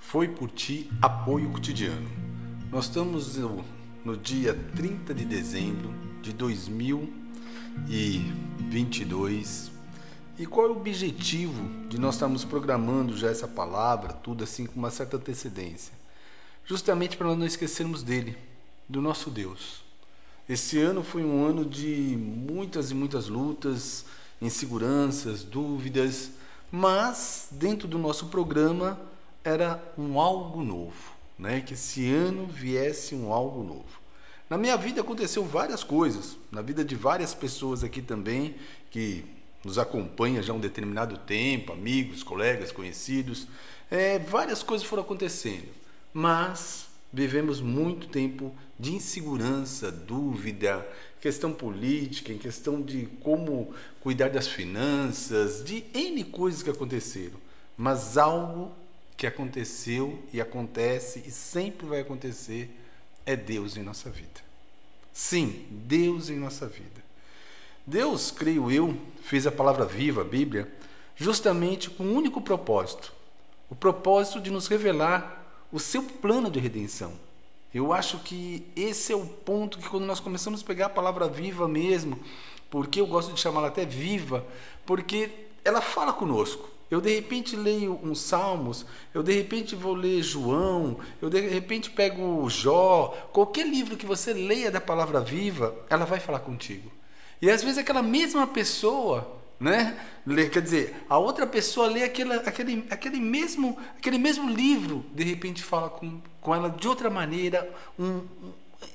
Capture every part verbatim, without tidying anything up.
Foi por Ti Apoio Cotidiano. Nós estamos no, no dia trinta de dezembro de dois mil e vinte e dois. E qual é o objetivo de nós estarmos programando já essa palavra, tudo assim com uma certa antecedência? Justamente para nós não esquecermos dele, do nosso Deus. Esse ano foi um ano de muitas e muitas lutas, inseguranças, dúvidas, mas dentro do nosso programa era um algo novo, né? Que esse ano viesse um algo novo. Na minha vida aconteceu várias coisas, na vida de várias pessoas aqui também, que nos acompanham já há um determinado tempo, amigos, colegas, conhecidos, é, várias coisas foram acontecendo, mas vivemos muito tempo de insegurança, dúvida, questão política, em questão de como cuidar das finanças, de N coisas que aconteceram, mas algo que aconteceu e acontece e sempre vai acontecer é Deus em nossa vida. Sim, Deus em nossa vida. Deus, creio eu, fez a palavra viva, a Bíblia, justamente com um único propósito, o propósito de nos revelar o seu plano de redenção. Eu acho que esse é o ponto que quando nós começamos a pegar a palavra viva mesmo, porque eu gosto de chamá-la até viva, porque ela fala conosco. Eu de repente leio uns salmos, eu de repente vou ler João, eu de repente pego Jó, qualquer livro que você leia da palavra viva, ela vai falar contigo. E às vezes aquela mesma pessoa, né, lê, quer dizer, a outra pessoa lê aquele, aquele, aquele, mesmo, aquele mesmo livro, de repente fala com, com ela de outra maneira, um, um,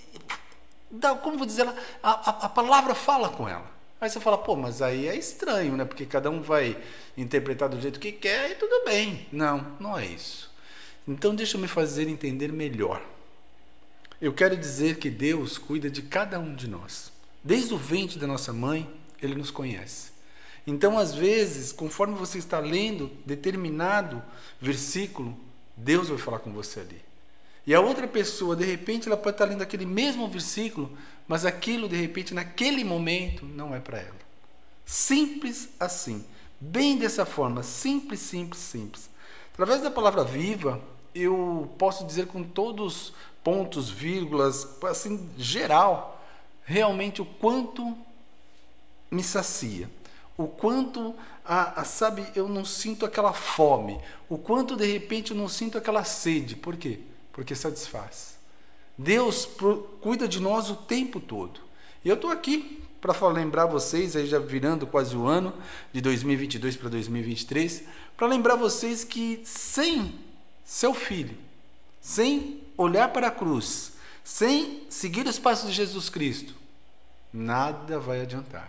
dá, como vou dizer, ela, a, a, a palavra fala com ela. Aí você fala, pô, mas aí é estranho, né? Porque cada um vai interpretar do jeito que quer e tudo bem. Não, não é isso. Então deixa eu me fazer entender melhor. Eu quero dizer que Deus cuida de cada um de nós. Desde o ventre da nossa mãe, Ele nos conhece. Então, às vezes, conforme você está lendo determinado versículo, Deus vai falar com você ali. E a outra pessoa, de repente, ela pode estar lendo aquele mesmo versículo, mas aquilo, de repente, naquele momento, não é para ela. Simples assim. Bem dessa forma. Simples, simples, simples. Através da palavra viva, eu posso dizer com todos os pontos, vírgulas, assim, geral, realmente o quanto me sacia. O quanto, a, a, sabe, eu não sinto aquela fome. O quanto, de repente, eu não sinto aquela sede. Por quê? Porque satisfaz. Deus pro, cuida de nós o tempo todo. E eu estou aqui para lembrar vocês, aí já virando quase o ano de dois mil e vinte e dois para dois mil e vinte e três, para lembrar vocês que sem seu filho, sem olhar para a cruz, sem seguir os passos de Jesus Cristo, nada vai adiantar.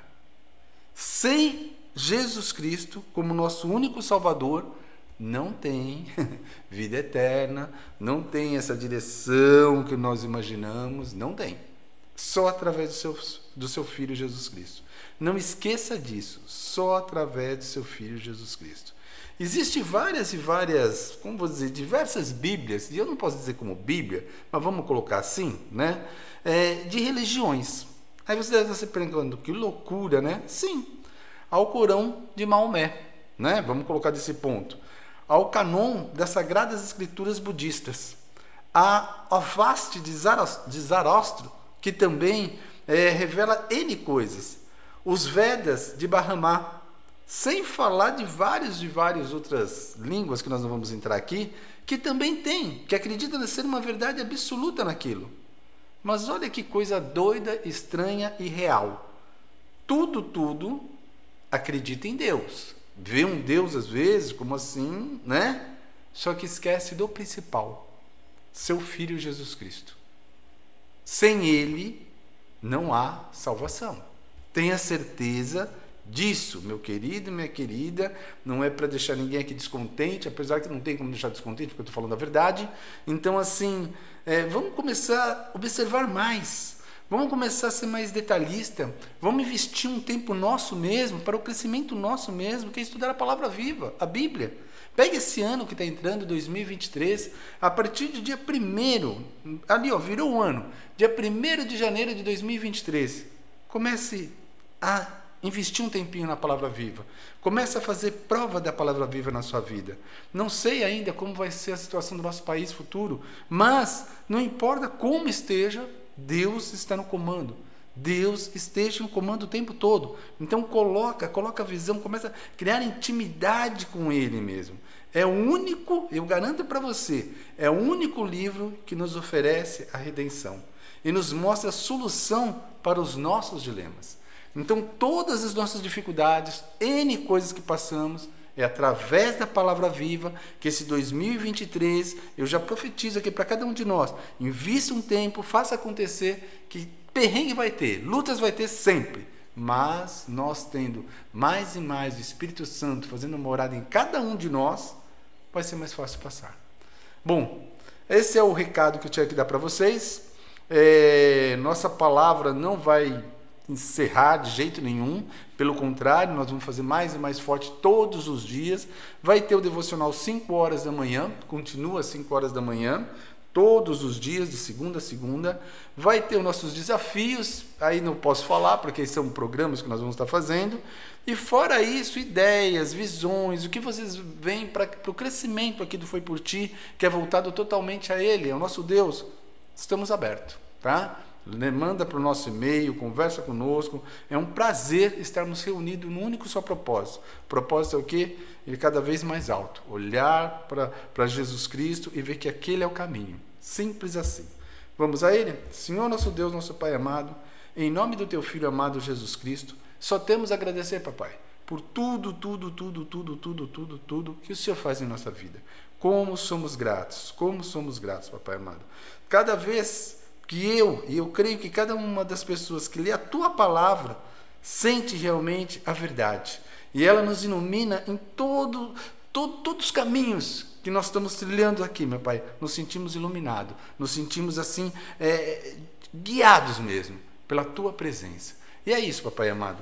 Sem Jesus Cristo como nosso único Salvador, não tem vida eterna, não tem essa direção que nós imaginamos, não tem. Só através do seu, do seu Filho Jesus Cristo. Não esqueça disso, só através do seu Filho Jesus Cristo. Existem várias e várias, como vou dizer, diversas Bíblias, e eu não posso dizer como Bíblia, mas vamos colocar assim, né? É, de religiões. Aí você deve estar se perguntando, que loucura, né? Sim, ao Corão de Maomé, né? Vamos colocar desse ponto. Ao canon das Sagradas Escrituras budistas, a Avasti de Zaraustro, que também é, revela N coisas, os Vedas de Brahma, sem falar de várias e várias outras línguas que nós não vamos entrar aqui, que também tem, que acreditam ser uma verdade absoluta naquilo. Mas olha que coisa doida, estranha e real. Tudo, tudo acredita em Deus. Vê um Deus às vezes, como assim, né? Só que esquece do principal, seu Filho Jesus Cristo. Sem Ele não há salvação. Tenha certeza disso, meu querido e minha querida. Não é para deixar ninguém aqui descontente, apesar que não tem como deixar descontente, porque eu estou falando a verdade. Então, assim, é, vamos começar a observar mais. Vamos começar a ser mais detalhista. Vamos investir um tempo nosso mesmo, para o crescimento nosso mesmo, que é estudar a palavra viva, a Bíblia. Pega esse ano que está entrando, dois mil e vinte e três, a partir do dia primeiro, ali ó, virou o ano, dia primeiro de janeiro de dois mil e vinte e três, comece a investir um tempinho na Palavra Viva. Comece a fazer prova da Palavra Viva na sua vida. Não sei ainda como vai ser a situação do nosso país futuro, mas não importa como esteja, Deus está no comando. Deus esteja no comando o tempo todo. Então coloca, coloca a visão, começa a criar intimidade com Ele mesmo. É o único, eu garanto para você, é o único livro que nos oferece a redenção e nos mostra a solução para os nossos dilemas. Então todas as nossas dificuldades, N coisas que passamos, é através da Palavra Viva que esse dois mil e vinte e três, eu já profetizo aqui para cada um de nós, invista um tempo, faça acontecer, que perrengue vai ter, lutas vai ter sempre, mas nós tendo mais e mais o Espírito Santo fazendo morada em cada um de nós, vai ser mais fácil passar. Bom, esse é o recado que eu tinha que dar para vocês. É, nossa palavra não vai encerrar de jeito nenhum, pelo contrário, nós vamos fazer mais e mais forte todos os dias. Vai ter o devocional cinco horas da manhã, continua às cinco horas da manhã, todos os dias, de segunda a segunda. Vai ter os nossos desafios, aí não posso falar, porque são programas que nós vamos estar fazendo. E fora isso, ideias, visões, o que vocês veem para o crescimento aqui do Foi Por Ti, que é voltado totalmente a Ele, ao nosso Deus. Estamos abertos, tá? Manda para o nosso e-mail, conversa conosco. É um prazer estarmos reunidos num único só propósito. O propósito é o quê? Ele cada vez mais alto. Olhar para Jesus Cristo e ver que aquele é o caminho. Simples assim. Vamos a Ele? Senhor nosso Deus, nosso Pai amado, em nome do Teu Filho amado Jesus Cristo, só temos a agradecer, Papai, por tudo, tudo, tudo, tudo, tudo, tudo, tudo que o Senhor faz em nossa vida. Como somos gratos, como somos gratos, Papai amado. Cada vez que eu, e eu creio que cada uma das pessoas que lê a Tua palavra, sente realmente a verdade. E ela nos ilumina em todo, todo, todos os caminhos que nós estamos trilhando aqui, meu Pai. Nos sentimos iluminados, nos sentimos assim, é, guiados mesmo, pela Tua presença. E é isso, Papai amado.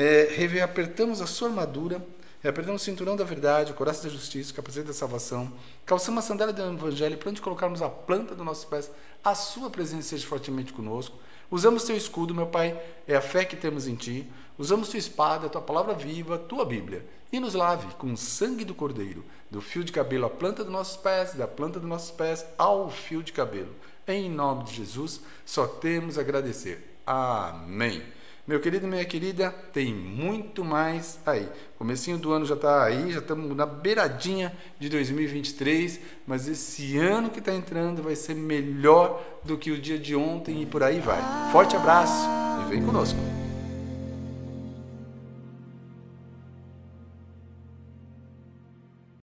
É, apertamos a sua armadura, apertamos o cinturão da verdade, o coração da justiça, o capacete da salvação, calçamos a sandália do evangelho, para onde colocarmos a planta dos nossos pés, a sua presença seja fortemente conosco. Usamos teu escudo, meu Pai, é a fé que temos em ti. Usamos tua espada, tua palavra viva, tua Bíblia, e nos lave com o sangue do Cordeiro, do fio de cabelo à planta dos nossos pés, da planta dos nossos pés ao fio de cabelo. Em nome de Jesus, só temos a agradecer. Amém. Meu querido e minha querida, tem muito mais aí. Comecinho do ano já está aí, já estamos na beiradinha de dois mil e vinte e três, mas esse ano que está entrando vai ser melhor do que o dia de ontem e por aí vai. Forte abraço e vem conosco.